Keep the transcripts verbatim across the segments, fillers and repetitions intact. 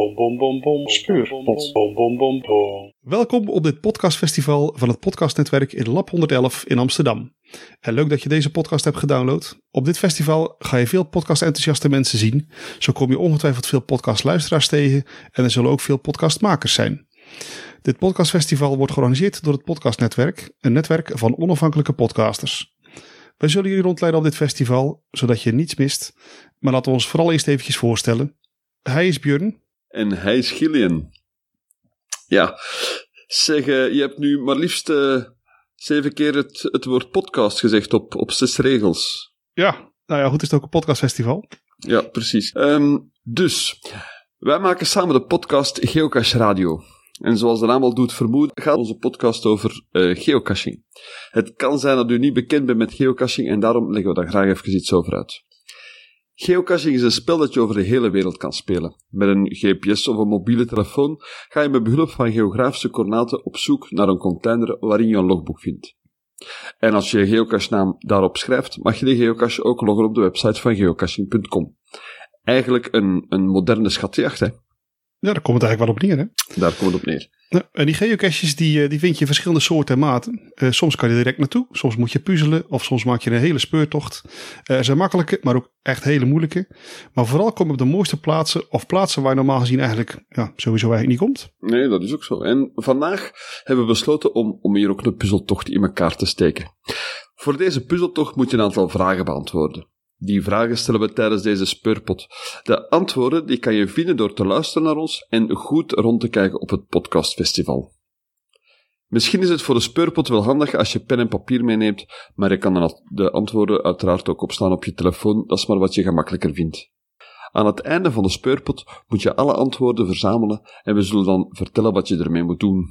Bom, bom, bom, bom. Speurpot. Bom, bom, bom, bom. Welkom op dit podcastfestival van het podcastnetwerk in Lab honderdelf in Amsterdam. En leuk dat je deze podcast hebt gedownload. Op dit festival ga je veel podcast-enthousiaste mensen zien. Zo kom je ongetwijfeld veel podcastluisteraars tegen en er zullen ook veel podcastmakers zijn. Dit podcastfestival wordt georganiseerd door het podcastnetwerk, een netwerk van onafhankelijke podcasters. Wij zullen jullie rondleiden op dit festival, zodat je niets mist. Maar laten we ons vooral eerst eventjes voorstellen. Hij is Björn. En hij is Gillian. Ja, zeg, uh, je hebt nu maar liefst uh, zeven keer het, het woord podcast gezegd op, op zes regels. Ja, nou ja, goed, is het ook een podcastfestival. Ja, precies. Um, dus, wij maken samen de podcast Geocache Radio. En zoals de naam al doet vermoeden, gaat onze podcast over uh, geocaching. Het kan zijn dat u niet bekend bent met geocaching en daarom leggen we daar graag even iets over uit. Geocaching is een spel dat je over de hele wereld kan spelen. Met een G P S of een mobiele telefoon ga je met behulp van geografische coördinaten op zoek naar een container waarin je een logboek vindt. En als je je geocache-naam daarop schrijft, mag je de geocache ook loggen op de website van geocaching punt com. Eigenlijk een, een moderne schatjacht, hè? Ja, daar komt het eigenlijk wel op neer, hè? Daar komt het op neer. Ja, en die geocaches die, die vind je in verschillende soorten en maten. Uh, soms kan je er direct naartoe, soms moet je puzzelen of soms maak je een hele speurtocht. Uh, er zijn makkelijke, maar ook echt hele moeilijke. Maar vooral kom je op de mooiste plaatsen of plaatsen waar je normaal gezien eigenlijk ja, sowieso eigenlijk niet komt. Nee, dat is ook zo. En vandaag hebben we besloten om, om hier ook een puzzeltocht in elkaar te steken. Voor deze puzzeltocht moet je een aantal vragen beantwoorden. Die vragen stellen we tijdens deze speurpot. De antwoorden die kan je vinden door te luisteren naar ons en goed rond te kijken op het podcastfestival. Misschien is het voor de speurpot wel handig als je pen en papier meeneemt, maar je kan dan de antwoorden uiteraard ook opslaan op je telefoon, dat is maar wat je gemakkelijker vindt. Aan het einde van de speurpot moet je alle antwoorden verzamelen en we zullen dan vertellen wat je ermee moet doen.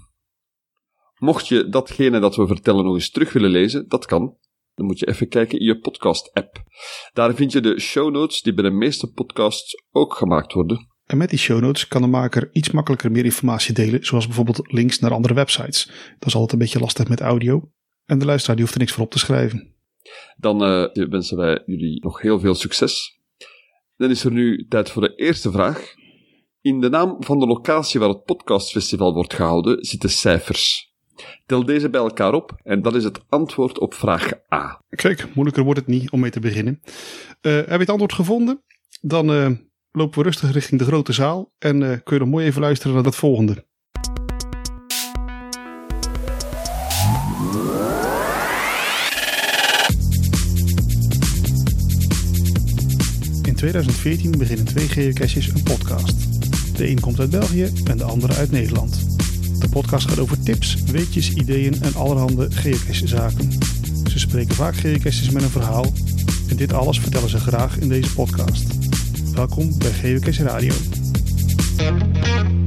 Mocht je datgene dat we vertellen nog eens terug willen lezen, dat kan. Dan moet je even kijken in je podcast-app. Daar vind je de show notes die bij de meeste podcasts ook gemaakt worden. En met die show notes kan de maker iets makkelijker meer informatie delen, zoals bijvoorbeeld links naar andere websites. Dat is altijd een beetje lastig met audio. En de luisteraar die hoeft er niks voor op te schrijven. Dan uh, wensen wij jullie nog heel veel succes. Dan is er nu tijd voor de eerste vraag. In de naam van de locatie waar het podcastfestival wordt gehouden zitten cijfers. Tel deze bij elkaar op en dat is het antwoord op vraag A. Kijk, moeilijker wordt het niet om mee te beginnen. Uh, heb je het antwoord gevonden? Dan uh, lopen we rustig richting de grote zaal en uh, kun je nog mooi even luisteren naar dat volgende. In tweeduizend veertien beginnen twee geocaches een podcast. De een komt uit België en de andere uit Nederland. De podcast gaat over tips, weetjes, ideeën en allerhande geocache-zaken. Ze spreken vaak geocaches met een verhaal en dit alles vertellen ze graag in deze podcast. Welkom bij Geocache Radio.